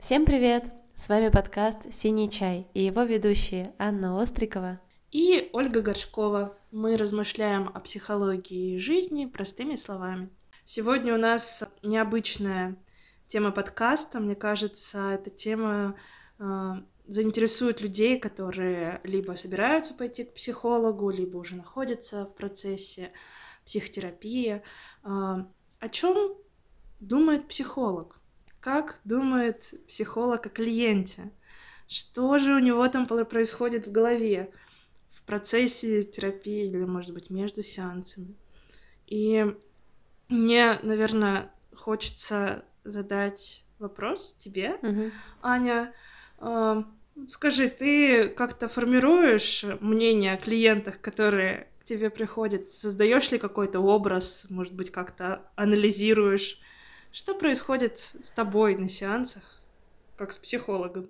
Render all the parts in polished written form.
Всем привет! С вами подкаст «Синий чай» и его ведущие Анна Острикова и Ольга Горшкова. Мы размышляем о психологии жизни простыми словами. Сегодня у нас необычная тема подкаста. Мне кажется, эта тема заинтересует людей, которые либо собираются пойти к психологу, либо уже находятся в процессе психотерапии. О чем думает психолог? Как думает психолог о клиенте? Что же у него там происходит в голове в процессе терапии или, может быть, между сеансами? И мне, наверное, хочется задать вопрос тебе, Аня. Скажи, ты как-то формируешь мнение о клиентах, которые к тебе приходят? Создаешь ли какой-то образ, может быть, как-то анализируешь? Что происходит с тобой на сеансах, как с психологом?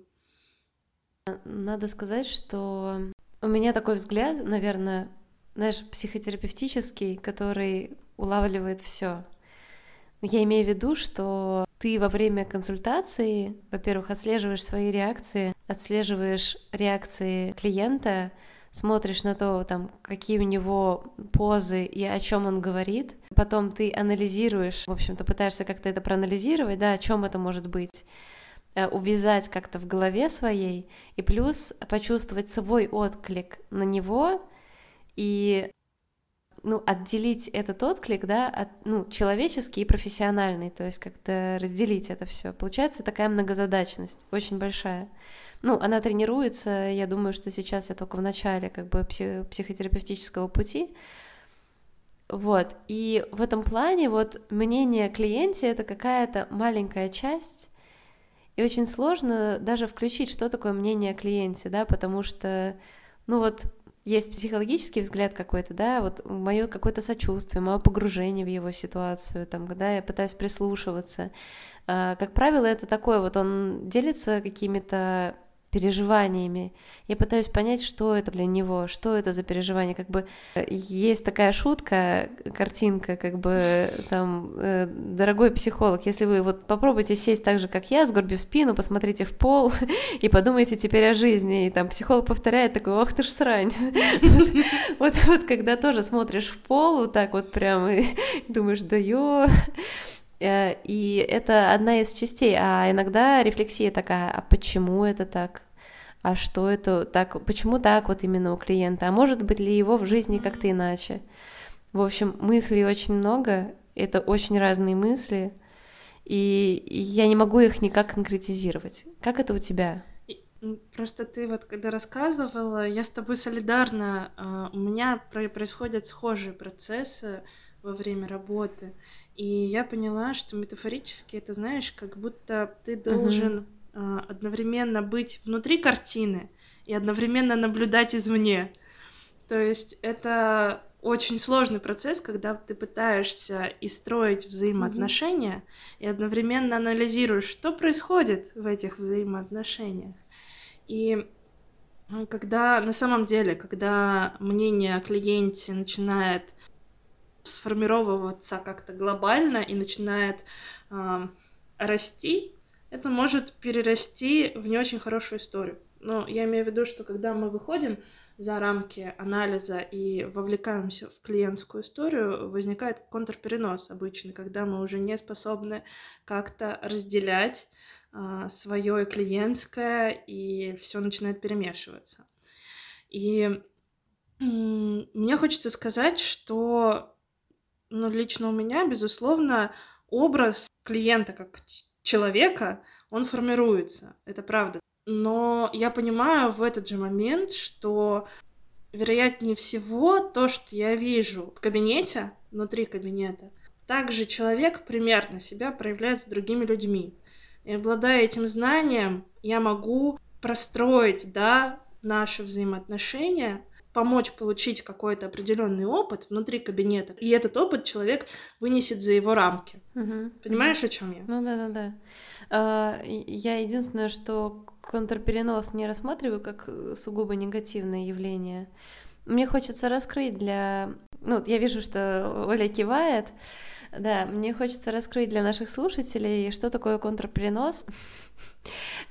Надо сказать, что у меня такой взгляд, наверное, знаешь, психотерапевтический, который улавливает все. Я имею в виду, что ты во время консультации, во-первых, отслеживаешь свои реакции, отслеживаешь реакции клиента, смотришь на то, там, какие у него позы и о чем он говорит. Потом ты анализируешь, в общем-то, пытаешься как-то это проанализировать, да, о чем это может быть, увязать как-то в голове своей, и плюс почувствовать свой отклик на него и отделить этот отклик, да, от, человеческий и профессиональный, то есть как-то разделить это все. Получается такая многозадачность, очень большая. Она тренируется, я думаю, что сейчас я только в начале как бы психотерапевтического пути. Вот, и в этом плане вот мнение о клиенте — это какая-то маленькая часть, и очень сложно даже включить, что такое мнение о клиенте, да, потому что, есть психологический взгляд какой-то, да, вот мое какое-то сочувствие, мое погружение в его ситуацию, там, когда я пытаюсь прислушиваться. Как правило, это такое, вот он делится какими-то переживаниями. Я пытаюсь понять, что это для него, что это за переживание. Как бы есть такая шутка, картинка, как бы там, дорогой психолог, если вы вот попробуйте сесть так же, как я, сгорбив спину, посмотрите в пол и подумайте теперь о жизни. И там психолог повторяет такой: ох ты ж срань. Вот когда тоже смотришь в пол, вот так вот прям и думаешь: да ё... И это одна из частей, а иногда рефлексия такая: а почему это так? А что это так? Почему так вот именно у клиента? А может быть ли его в жизни как-то иначе? В общем, мыслей очень много, это очень разные мысли, и я не могу их никак конкретизировать. Как это у тебя? Просто ты вот когда рассказывала, я с тобой солидарна. У меня происходят схожие процессы во время работы. И я поняла, что метафорически это, знаешь, как будто ты должен одновременно быть внутри картины и одновременно наблюдать извне. То есть это очень сложный процесс, когда ты пытаешься и строить взаимоотношения и одновременно анализируешь, что происходит в этих взаимоотношениях. И когда на самом деле, когда мнение о клиенте начинает сформировываться как-то глобально и начинает расти, это может перерасти в не очень хорошую историю. Но я имею в виду, что когда мы выходим за рамки анализа и вовлекаемся в клиентскую историю, возникает контрперенос обычно, когда мы уже не способны как-то разделять свое клиентское, и все начинает перемешиваться. И мне хочется сказать, что лично у меня, безусловно, образ клиента как человека, он формируется, это правда. Но я понимаю в этот же момент, что, вероятнее всего, то, что я вижу в кабинете, внутри кабинета, также человек примерно себя проявляет с другими людьми. И обладая этим знанием, я могу простроить, наши взаимоотношения, помочь получить какой-то определенный опыт внутри кабинета, и этот опыт человек вынесет за его рамки. Понимаешь, о чем я? Да. Я единственное, что контрперенос не рассматриваю как сугубо негативное явление. Мне хочется раскрыть я вижу, что Оля кивает. Да, мне хочется раскрыть для наших слушателей, что такое контрперенос.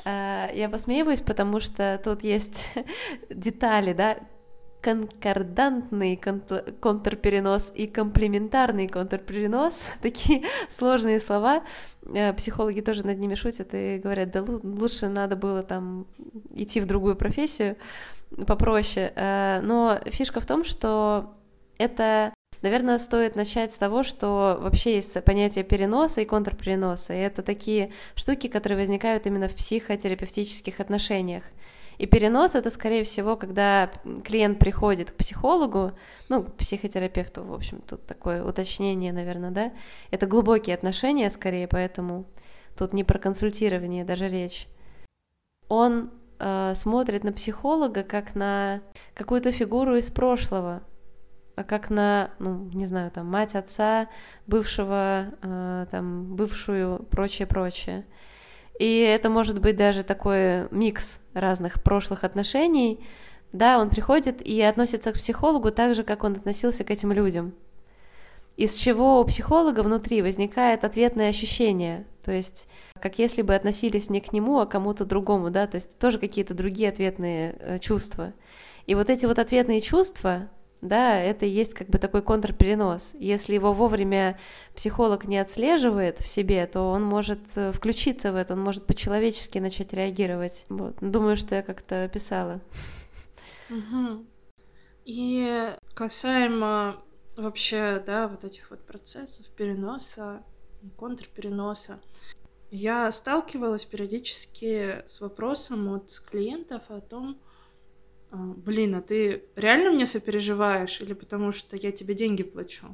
Я посмеиваюсь, потому что тут есть детали, да, конкордантный контрперенос и комплементарный контрперенос, такие сложные слова. Психологи тоже над ними шутят и говорят, да лучше надо было там идти в другую профессию попроще. Но фишка в том, что это, наверное, стоит начать с того, что вообще есть понятие переноса и контрпереноса, и это такие штуки, которые возникают именно в психотерапевтических отношениях. И перенос — это, скорее всего, когда клиент приходит к психологу, ну, к психотерапевту, в общем, тут такое уточнение, наверное, да? Это глубокие отношения, скорее, поэтому тут не про консультирование даже речь. Он смотрит на психолога как на какую-то фигуру из прошлого, как на, ну, не знаю, там, мать, отца, бывшего, там, бывшую, прочее. И это может быть даже такой микс разных прошлых отношений. Да, он приходит и относится к психологу так же, как он относился к этим людям. Из чего у психолога внутри возникает ответное ощущение. То есть, как если бы относились не к нему, а к кому-то другому, да, то есть тоже какие-то другие ответные чувства. И вот эти вот ответные чувства, да, это и есть как бы такой контрперенос. Если его вовремя психолог не отслеживает в себе, то он может включиться в это, он может по-человечески начать реагировать. Вот. Думаю, что я как-то описала. Угу. И касаемо вообще, да, вот этих вот процессов переноса, контрпереноса, я сталкивалась периодически с вопросом от клиентов о том, блин, а ты реально мне сопереживаешь или потому что я тебе деньги плачу?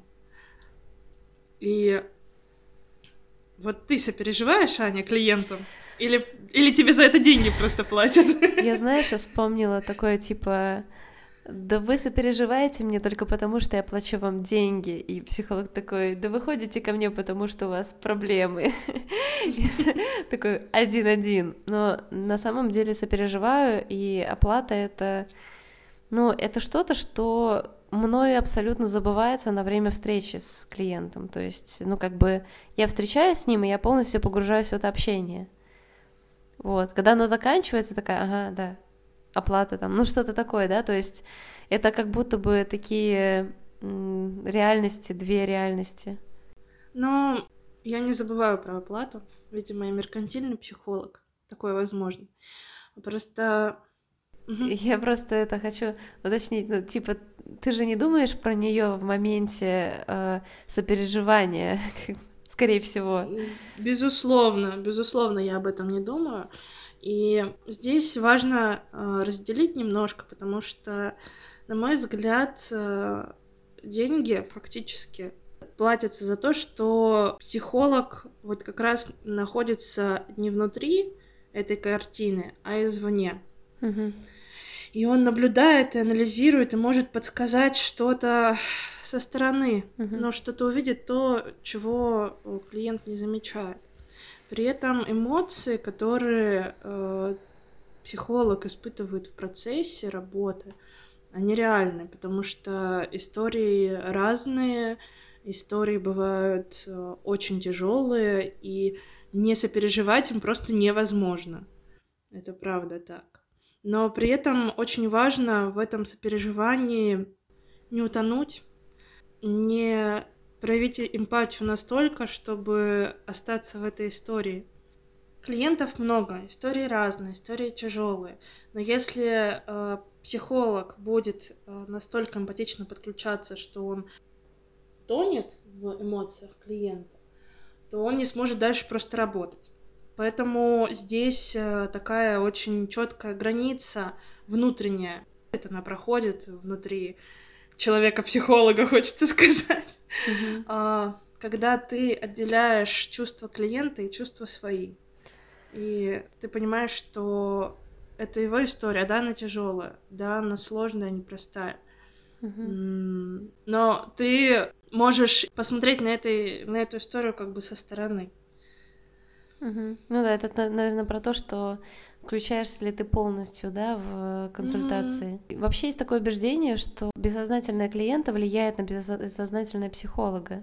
И вот ты сопереживаешь, Аня, клиентам? Или тебе за это деньги просто платят? Я, знаешь, вспомнила такое, типа, да вы сопереживаете мне только потому, что я плачу вам деньги. И психолог такой, да вы ходите ко мне, потому что у вас проблемы. Такой 1-1. Но на самом деле сопереживаю, и оплата — это, ну, это что-то, что мною абсолютно забывается на время встречи с клиентом. То есть, ну, как бы я встречаюсь с ним, и я полностью погружаюсь в это общение. Вот. Когда оно заканчивается, такая, ага, да, оплата там, ну, что-то такое, да, то есть это как будто бы такие реальности, две реальности. Ну, я не забываю про оплату. Видимо, я меркантильный психолог. Такое возможно. Просто... Я просто это хочу уточнить, ну, типа, ты же не думаешь про нее в моменте сопереживания, скорее всего? Безусловно, я об этом не думаю. И здесь важно разделить немножко, потому что, на мой взгляд, деньги фактически платятся за то, что психолог вот как раз находится не внутри этой картины, а извне. Угу. И он наблюдает и анализирует, и может подсказать что-то со стороны, но что-то увидит то, чего клиент не замечает. При этом эмоции, которые психолог испытывает в процессе работы, они реальны, потому что истории разные, истории бывают очень тяжелые, и не сопереживать им просто невозможно. Это правда так. Но при этом очень важно в этом сопереживании не утонуть, не проявить эмпатию настолько, чтобы остаться в этой истории. Клиентов много, истории разные, истории тяжелые. Но если психолог будет настолько эмпатично подключаться, что он тонет в эмоциях клиента, то он не сможет дальше просто работать. Поэтому здесь такая очень четкая граница внутренняя. Это она проходит внутри человека-психолога, хочется сказать. Когда ты отделяешь чувства клиента и чувства свои. И ты понимаешь, что это его история, да, она тяжелая, да, она сложная, непростая. Но ты можешь посмотреть на эту историю как бы со стороны. Ну да, это, наверное, про то, что включаешься ли ты полностью, да, в консультации. Вообще есть такое убеждение, что бессознательное клиента влияет на бессознательное психолога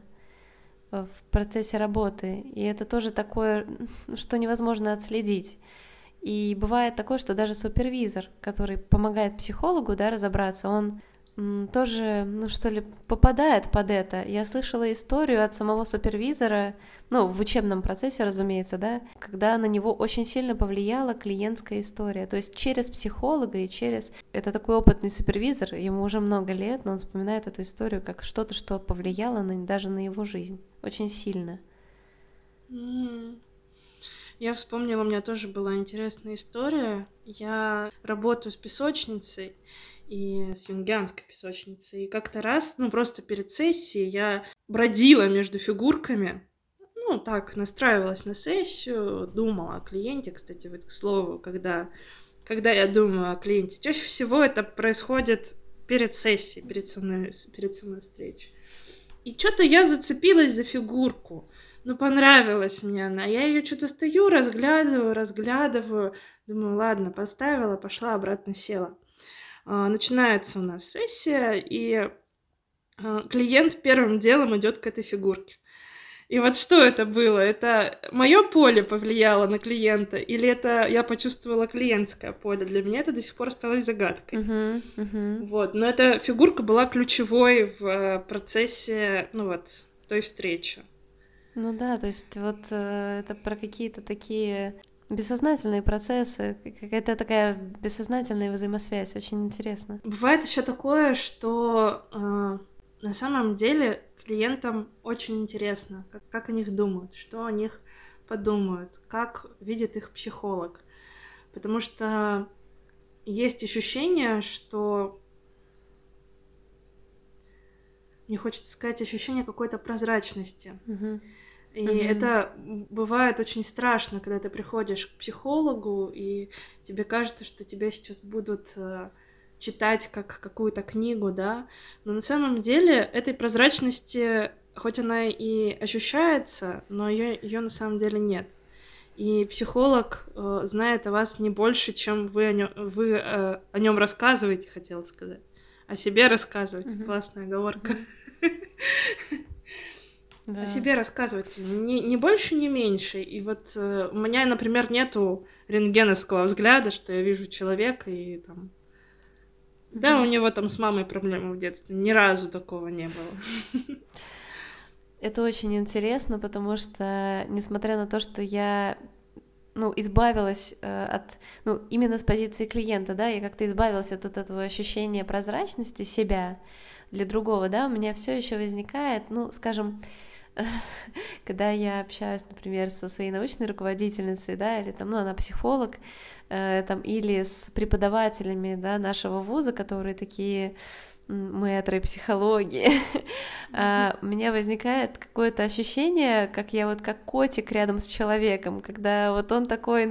в процессе работы. И это тоже такое, что невозможно отследить. И бывает такое, что даже супервизор, который помогает психологу, да, разобраться, он тоже, ну что ли, попадает под это. Я слышала историю от самого супервизора, ну, в учебном процессе, разумеется, да, когда на него очень сильно повлияла клиентская история. То есть через психолога и через... Это такой опытный супервизор, ему уже много лет, но он вспоминает эту историю как что-то, что повлияло даже на его жизнь. Очень сильно. Я вспомнила, у меня тоже была интересная история. Я работаю с песочницей, и с юнгианской песочницей. И как-то раз, ну, просто перед сессией я бродила между фигурками, ну, так, настраивалась на сессию, думала о клиенте, кстати, вот к слову, когда я думаю о клиенте. Чаще всего это происходит перед сессией, перед самой встречей. И что-то я зацепилась за фигурку. Ну, понравилась мне она. Я ее что-то стою, разглядываю. Думаю, ладно, поставила, пошла, обратно села. Начинается у нас сессия, и клиент первым делом идет к этой фигурке. И вот что это было? Это мое поле повлияло на клиента, или это я почувствовала клиентское поле? Для меня это до сих пор осталось загадкой. Вот. Но эта фигурка была ключевой в процессе, ну вот, той встречи. Ну да, то есть вот это про какие-то такие бессознательные процессы, какая-то такая бессознательная взаимосвязь, очень интересно. Бывает еще такое, что на самом деле клиентам очень интересно, как о них думают, что о них подумают, как видит их психолог. Потому что есть ощущение, что... Мне хочется сказать ощущение какой-то прозрачности. И это бывает очень страшно, когда ты приходишь к психологу, и тебе кажется, что тебя сейчас будут читать как какую-то книгу, да. Но на самом деле этой прозрачности, хоть она и ощущается, но ее на самом деле нет. И психолог знает о вас не больше, чем вы о нем рассказываете, хотела сказать. О себе рассказываете. Классная оговорка. Да. О себе рассказывать не больше, не меньше. И вот у меня, например, нету рентгеновского взгляда, что я вижу человека и там... Да, у него там с мамой проблемы в детстве. Ни разу такого не было. Это очень интересно, потому что, несмотря на то, что я избавилась именно с позиции клиента, да, я как-то избавилась от этого ощущения прозрачности себя для другого, да, у меня все еще возникает, скажем, когда я общаюсь, например, со своей научной руководительницей, да, или там, она психолог, или с преподавателями, да, нашего вуза, которые такие мэтры психологии, у меня возникает какое-то ощущение, как я вот как котик рядом с человеком, когда вот он такой,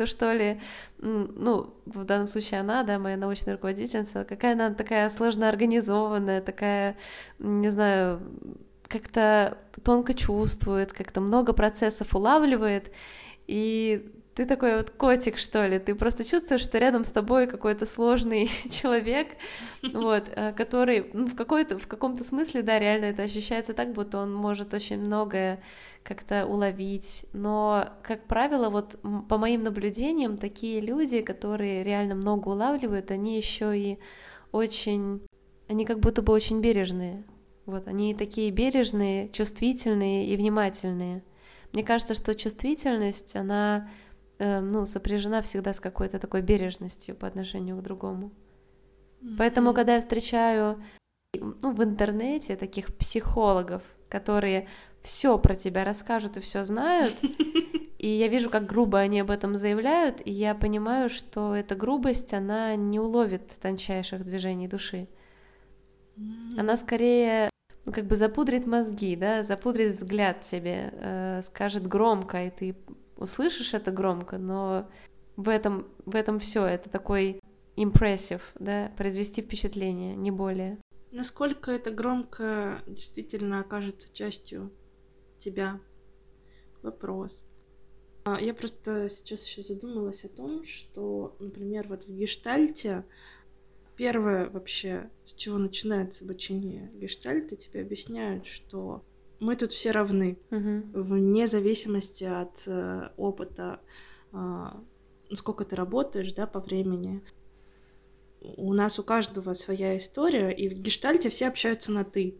в данном случае она, да, моя научная руководительница, какая она такая сложно организованная, такая, не знаю, как-то тонко чувствует, как-то много процессов улавливает, и ты такой вот котик, что ли, ты просто чувствуешь, что рядом с тобой какой-то сложный человек, который, в каком-то смысле, да, реально это ощущается так, будто он может очень многое как-то уловить, но, как правило, вот по моим наблюдениям, такие люди, которые реально много улавливают, они еще и они как будто бы очень бережные. Вот, они такие бережные, чувствительные и внимательные. Мне кажется, что чувствительность, она, сопряжена всегда с какой-то такой бережностью по отношению к другому. Поэтому, когда я встречаю, в интернете таких психологов, которые все про тебя расскажут и все знают, и я вижу, как грубо они об этом заявляют, и я понимаю, что эта грубость, она не уловит тончайших движений души. Она скорее запудрит мозги, да, запудрит взгляд тебе, скажет громко, и ты услышишь это громко, но в этом все, это такой impressive, да, произвести впечатление, не более. Насколько это громко действительно окажется частью тебя? Вопрос. Я просто сейчас еще задумалась о том, что, например, вот в гештальте первое вообще, с чего начинается обучение гештальта, тебе объясняют, что мы тут все равны, вне зависимости от опыта сколько ты работаешь, да, по времени. У нас у каждого своя история, и в гештальте все общаются на «ты».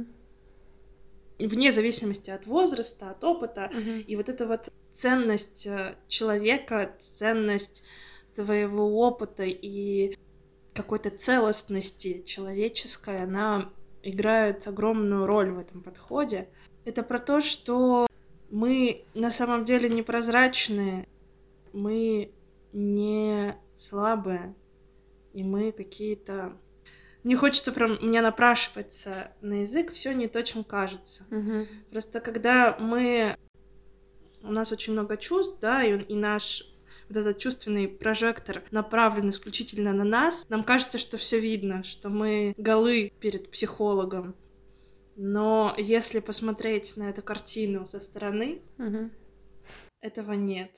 Вне зависимости от возраста, от опыта. И вот эта вот ценность человека, ценность твоего опыта и какой-то целостности человеческой, она играет огромную роль в этом подходе. Это про то, что мы на самом деле непрозрачные, мы не слабые, и мы какие-то... Мне хочется прям, у меня напрашивается на язык все не то, чем кажется. Просто когда у нас очень много чувств, да, и наш вот этот чувственный прожектор направлен исключительно на нас, нам кажется, что все видно, что мы голы перед психологом. Но если посмотреть на эту картину со стороны, этого нет.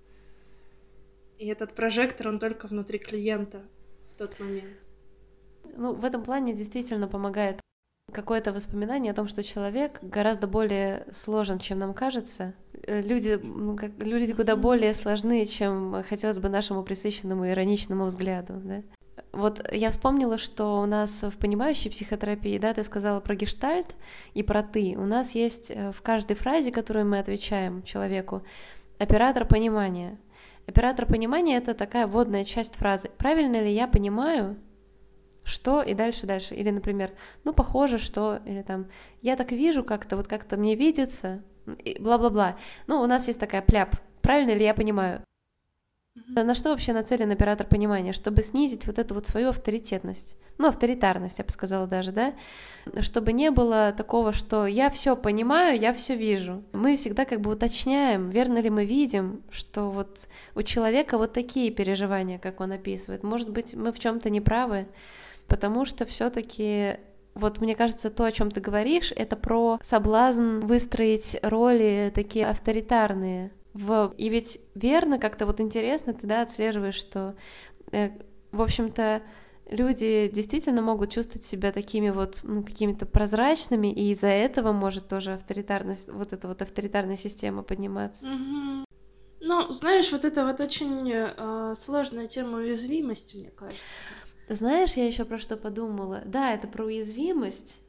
И этот прожектор, он только внутри клиента в тот момент. Ну, в этом плане действительно помогает какое-то воспоминание о том, что человек гораздо более сложен, чем нам кажется. Люди куда более сложны, чем хотелось бы нашему пресыщенному ироничному взгляду, да? Вот я вспомнила, что у нас в понимающей психотерапии, да, ты сказала про гештальт и про «ты». У нас есть в каждой фразе, которую мы отвечаем человеку, оператор понимания. Оператор понимания — это такая вводная часть фразы. Правильно ли я понимаю, что и дальше. Или, например, ну, похоже, что, или там, я так вижу как-то, вот как-то мне видится, бла-бла-бла. Ну, у нас есть такая пляп. Правильно ли я понимаю? На что вообще нацелен оператор понимания? Чтобы снизить вот эту вот свою авторитетность. Ну, авторитарность, я бы сказала даже, да? Чтобы не было такого, что я все понимаю, я все вижу. Мы всегда как бы уточняем, верно ли мы видим, что вот у человека вот такие переживания, как он описывает. Может быть, мы в чем-то не правы, потому что все-таки, вот мне кажется, то, о чем ты говоришь, это про соблазн выстроить роли такие авторитарные. И ведь верно, как-то вот интересно, ты, да, отслеживаешь, что, в общем-то, люди действительно могут чувствовать себя такими вот, ну, какими-то прозрачными, и из-за этого может тоже авторитарность, вот эта вот авторитарная система подниматься. Ну, знаешь, вот это вот очень сложная тема уязвимости, мне кажется. Знаешь, я еще про что подумала? Да, это про уязвимость.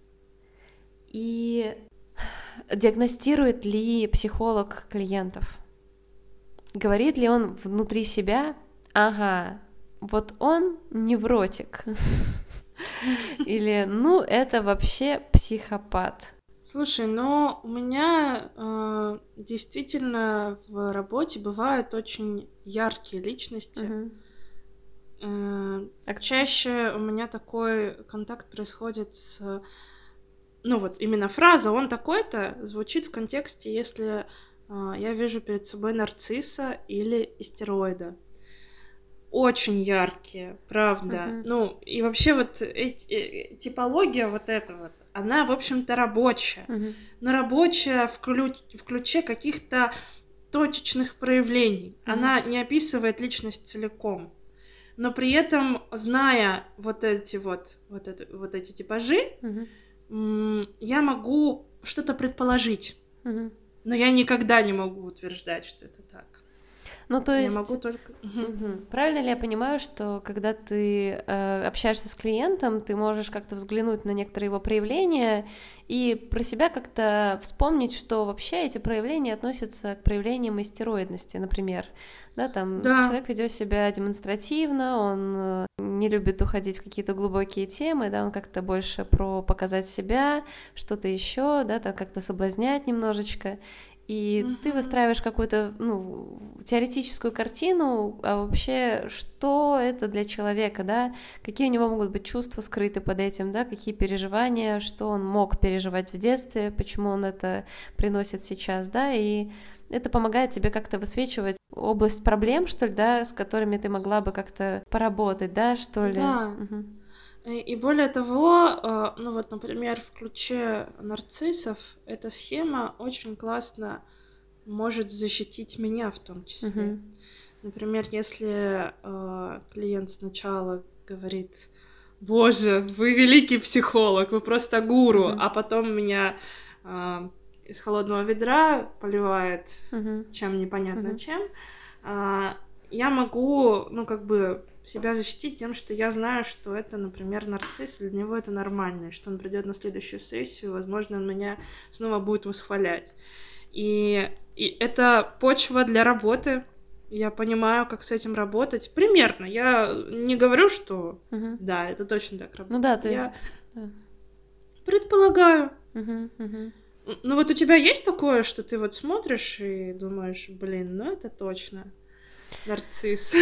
И диагностирует ли психолог клиентов? Говорит ли он внутри себя, ага, вот он невротик? Или, ну, это вообще психопат? Слушай, но у меня действительно в работе бывают очень яркие личности. Чаще у меня такой контакт происходит с... Ну вот именно фраза «он такой-то» звучит в контексте, если я вижу перед собой нарцисса или истероида. Очень яркие, правда. Ну и вообще вот типология вот эта вот, она, в общем-то, рабочая. Но рабочая в ключе каких-то точечных проявлений. Она не описывает личность целиком. Но при этом, зная вот эти типажи, я могу что-то предположить. Но я никогда не могу утверждать, что это так. Ну, то есть... Я могу только... Правильно ли я понимаю, что когда ты общаешься с клиентом, ты можешь как-то взглянуть на некоторые его проявления и про себя как-то вспомнить, что вообще эти проявления относятся к проявлениям истероидности, например. Да, там человек ведет себя демонстративно, он не любит уходить в какие-то глубокие темы, да, он как-то больше про показать себя, что-то еще, да, там как-то соблазнять немножечко. И ты выстраиваешь какую-то, ну, теоретическую картину, а вообще, что это для человека, да, какие у него могут быть чувства скрыты под этим, да, какие переживания, что он мог переживать в детстве, почему он это приносит сейчас, да, и это помогает тебе как-то высвечивать область проблем, что ли, да, с которыми ты могла бы как-то поработать, да, что ли. Да. И более того, ну вот, например, в ключе нарциссов эта схема очень классно может защитить меня в том числе. Например, если клиент сначала говорит: «Боже, вы великий психолог, вы просто гуру», а потом меня из холодного ведра поливает чем непонятно чем, я могу, себя защитить тем, что я знаю, что это, например, нарцисс, для него это нормально, и что он придет на следующую сессию, возможно, он меня снова будет восхвалять. И это почва для работы. Я понимаю, как с этим работать. Примерно. Я не говорю, что да, это точно так работает. Ну да, то есть... Предполагаю. Ну вот у тебя есть такое, что ты вот смотришь и думаешь, это точно нарцисс?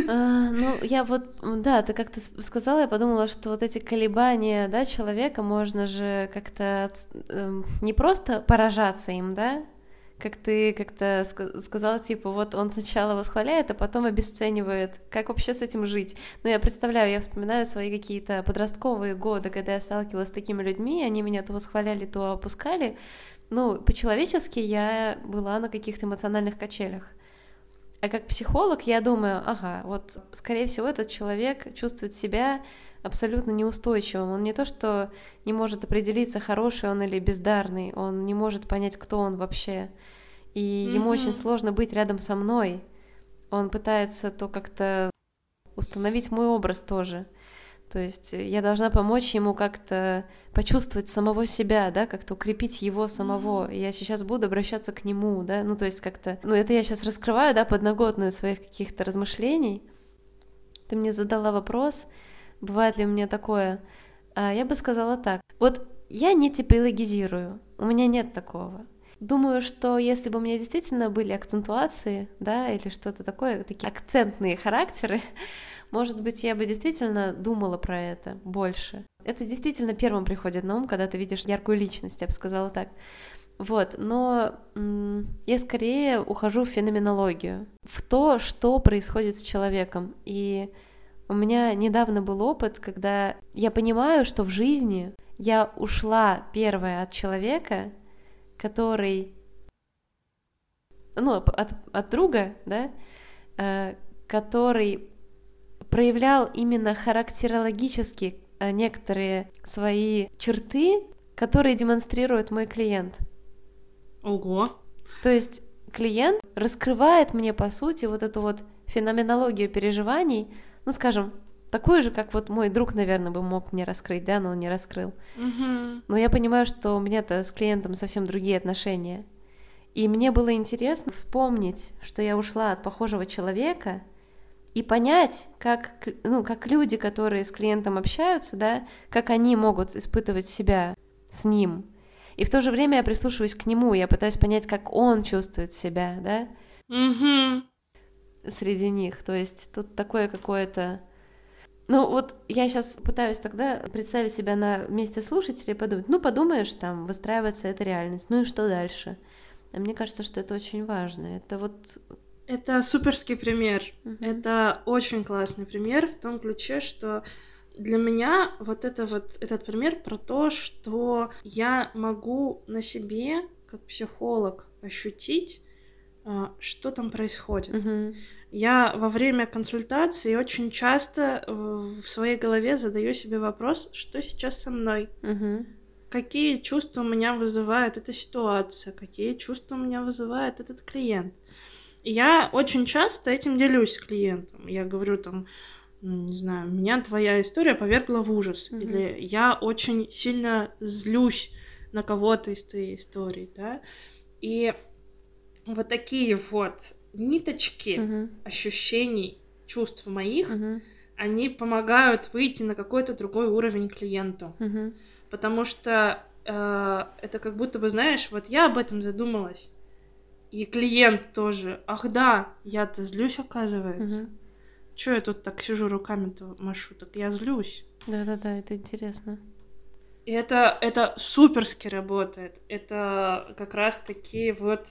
Я да, ты как-то сказала, я подумала, что вот эти колебания, да, человека, можно же как-то не просто поражаться им, да, как ты как-то сказала, типа, вот он сначала восхваляет, а потом обесценивает. Как вообще с этим жить? Я представляю, я вспоминаю свои какие-то подростковые годы, когда я сталкивалась с такими людьми, они меня то восхваляли, то опускали. По-человечески я была на каких-то эмоциональных качелях. А как психолог я думаю, вот, скорее всего, этот человек чувствует себя абсолютно неустойчивым. Он не то, что не может определиться, хороший он или бездарный, он не может понять, кто он вообще. И ему очень сложно быть рядом со мной. Он пытается то как-то установить мой образ тоже. То есть я должна помочь ему как-то почувствовать самого себя, да, как-то укрепить его самого. И я сейчас буду обращаться к нему, да, то есть как-то... это я сейчас раскрываю, да, подноготную своих каких-то размышлений. Ты мне задала вопрос, бывает ли у меня такое? Я бы сказала так. Вот я не типологизирую, у меня нет такого. Думаю, что если бы у меня действительно были акцентуации, да, или что-то такое, такие акцентные характеры, может быть, я бы действительно думала про это больше. Это действительно первым приходит на ум, когда ты видишь яркую личность, я бы сказала так. Но я скорее ухожу в феноменологию, в то, что происходит с человеком. И у меня недавно был опыт, когда я понимаю, что в жизни я ушла первая от человека, который, от друга, да, который проявлял именно характерологически некоторые свои черты, которые демонстрирует мой клиент. Ого! То есть клиент раскрывает мне, по сути, вот эту вот феноменологию переживаний, скажем, такую же, как вот мой друг, наверное, бы мог мне раскрыть, да, но он не раскрыл. Но я понимаю, что у меня-то с клиентом совсем другие отношения. И мне было интересно вспомнить, что я ушла от похожего человека, и понять, как люди, которые с клиентом общаются, да, как они могут испытывать себя с ним. И в то же время я прислушиваюсь к нему, я пытаюсь понять, как он чувствует себя, да, среди них. То есть тут такое какое-то... я сейчас пытаюсь тогда представить себя на месте слушателей и подумать, подумаешь, там, выстраивается эта реальность, и что дальше? А мне кажется, что это очень важно. Это суперский пример. Это очень классный пример в том ключе, что для меня этот пример про то, что я могу на себе, как психолог, ощутить, что там происходит. Я во время консультации очень часто в своей голове задаю себе вопрос, что сейчас со мной, какие чувства у меня вызывает эта ситуация, какие чувства у меня вызывает этот клиент. Я очень часто этим делюсь с клиентом. Я говорю там, не знаю, меня твоя история повергла в ужас. Или я очень сильно злюсь на кого-то из твоей истории, да. И вот такие вот ниточки ощущений, чувств моих, они помогают выйти на какой-то другой уровень клиенту. Потому что это как будто бы, знаешь, вот я об этом задумалась. И клиент тоже. Ах да, я-то злюсь, оказывается. Чё я тут так сижу, руками-то машу? Так я злюсь. Да-да-да, это интересно. И это суперски работает. Это как раз-таки вот...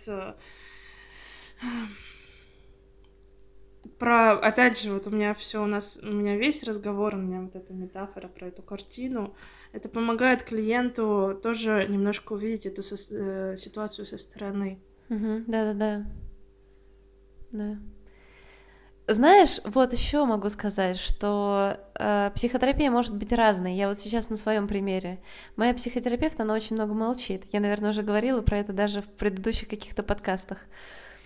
Опять же, вот у меня весь разговор, у меня вот эта метафора про эту картину. Это помогает клиенту тоже немножко увидеть эту ситуацию со стороны. Да. Знаешь, вот еще могу сказать, что психотерапия может быть разной. Я вот сейчас на своем примере. Моя психотерапевт, она очень много молчит. Я, наверное, уже говорила про это даже в предыдущих каких-то подкастах.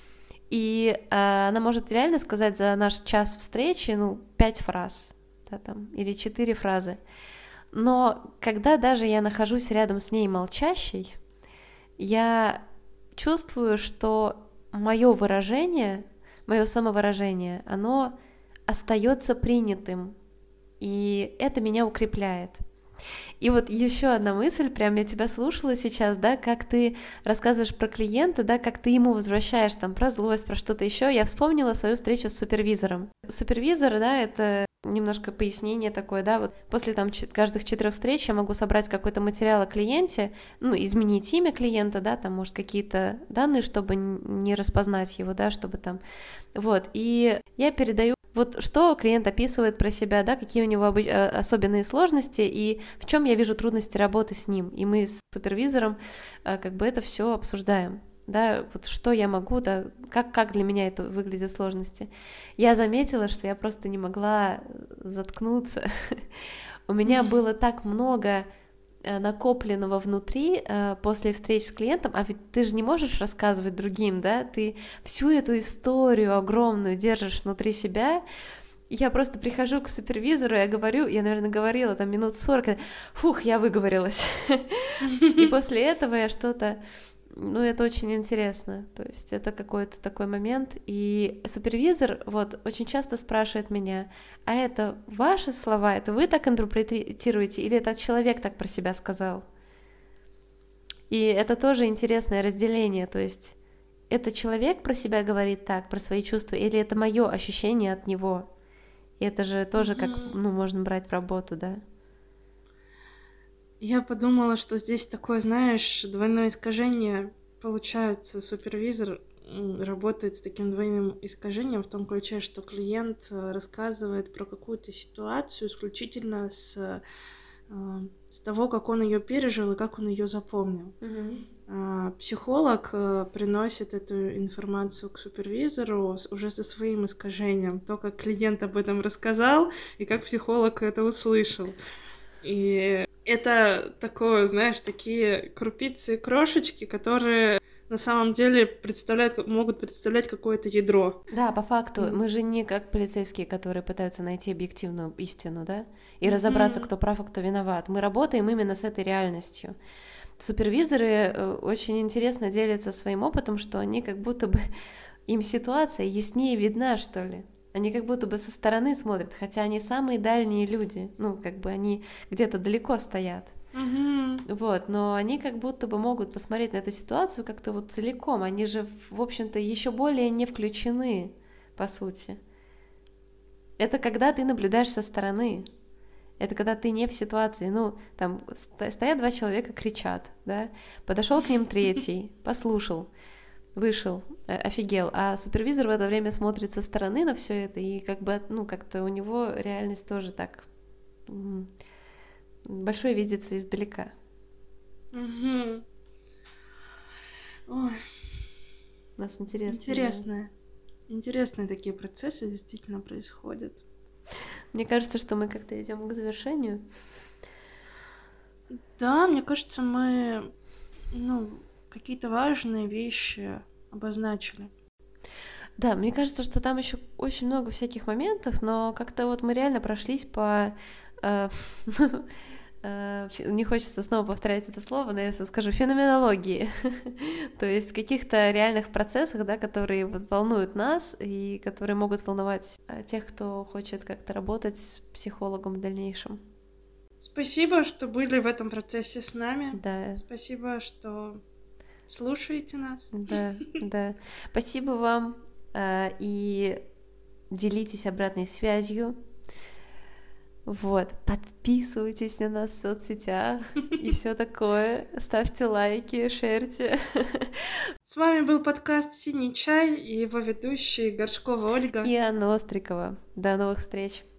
И она может реально сказать за наш час встречи, 5 фраз, да, там, или 4 фразы. Но когда даже я нахожусь рядом с ней молчащей, я чувствую, что мое выражение, мое самовыражение, оно остается принятым, и это меня укрепляет. И вот еще одна мысль, прям я тебя слушала сейчас, да, как ты рассказываешь про клиента, да, как ты ему возвращаешь там про злость, про что-то еще. Я вспомнила свою встречу с супервизором. Супервизор, да, это немножко пояснение такое, да, вот после там каждых 4 встреч я могу собрать какой-то материал о клиенте, изменить имя клиента, да, там, может, какие-то данные, чтобы не распознать его, да, чтобы там, вот, и я передаю вот что клиент описывает про себя, да, какие у него особенные сложности и в чем я вижу трудности работы с ним. И мы с супервизором как бы это все обсуждаем, да, вот что я могу, да, как для меня это выглядят сложности. Я заметила, что я просто не могла заткнуться. У меня было так много накопленного внутри после встреч с клиентом, а ведь ты же не можешь рассказывать другим, да, ты всю эту историю огромную держишь внутри себя. Я просто прихожу к супервизору, я говорю, я, наверное, говорила там минут 40, я выговорилась. И после этого я что-то... это очень интересно, то есть это какой-то такой момент, и супервизор вот очень часто спрашивает меня, а это ваши слова, это вы так интерпретируете, или этот человек так про себя сказал? И это тоже интересное разделение, то есть это человек про себя говорит так, про свои чувства, или это мое ощущение от него? И это же тоже как, можно брать в работу, да? Я подумала, что здесь такое, знаешь, двойное искажение. Получается, супервизор работает с таким двойным искажением в том ключе, что клиент рассказывает про какую-то ситуацию исключительно с того, как он ее пережил и как он ее запомнил. Психолог приносит эту информацию к супервизору уже со своим искажением, то, как клиент об этом рассказал и как психолог это услышал. И это такое, знаешь, такие крупицы, крошечки, которые на самом деле могут представлять какое-то ядро. Да, по факту. Мы же не как полицейские, которые пытаются найти объективную истину, да, и разобраться, кто прав, а кто виноват. Мы работаем именно с этой реальностью. Супервизоры очень интересно делятся своим опытом, что они как будто бы им ситуация яснее видна, что ли. Они как будто бы со стороны смотрят, хотя они самые дальние люди, они где-то далеко стоят. Вот, но они как будто бы могут посмотреть на эту ситуацию как-то вот целиком. Они же, в общем-то, еще более не включены, по сути. Это когда ты наблюдаешь со стороны. Это когда ты не в ситуации. Там стоят 2 человека, кричат, да? Подошел к ним 3, послушал, вышел, офигел, а супервизор в это время смотрит со стороны на все это, и как-то у него реальность тоже так большой видится издалека. Ой. У нас интересно. Интересно. Интересные такие процессы действительно происходят. Мне кажется, что мы как-то идем к завершению. Да, мне кажется, мы какие-то важные вещи обозначили. Да, мне кажется, что там еще очень много всяких моментов, но как-то вот мы реально прошлись по... Не хочется снова повторять это слово, но я скажу феноменологии, то есть каких-то реальных процессах, да, которые вот волнуют нас и которые могут волновать тех, кто хочет как-то работать с психологом в дальнейшем. Спасибо, что были в этом процессе с нами. Да. Спасибо, что слушаете нас. Да. Спасибо вам и делитесь обратной связью. Вот, подписывайтесь на нас в соцсетях и все такое. Ставьте лайки, шерьте. С вами был подкаст «Синий чай» и его ведущие Горшкова Ольга и Анна Острикова. До новых встреч!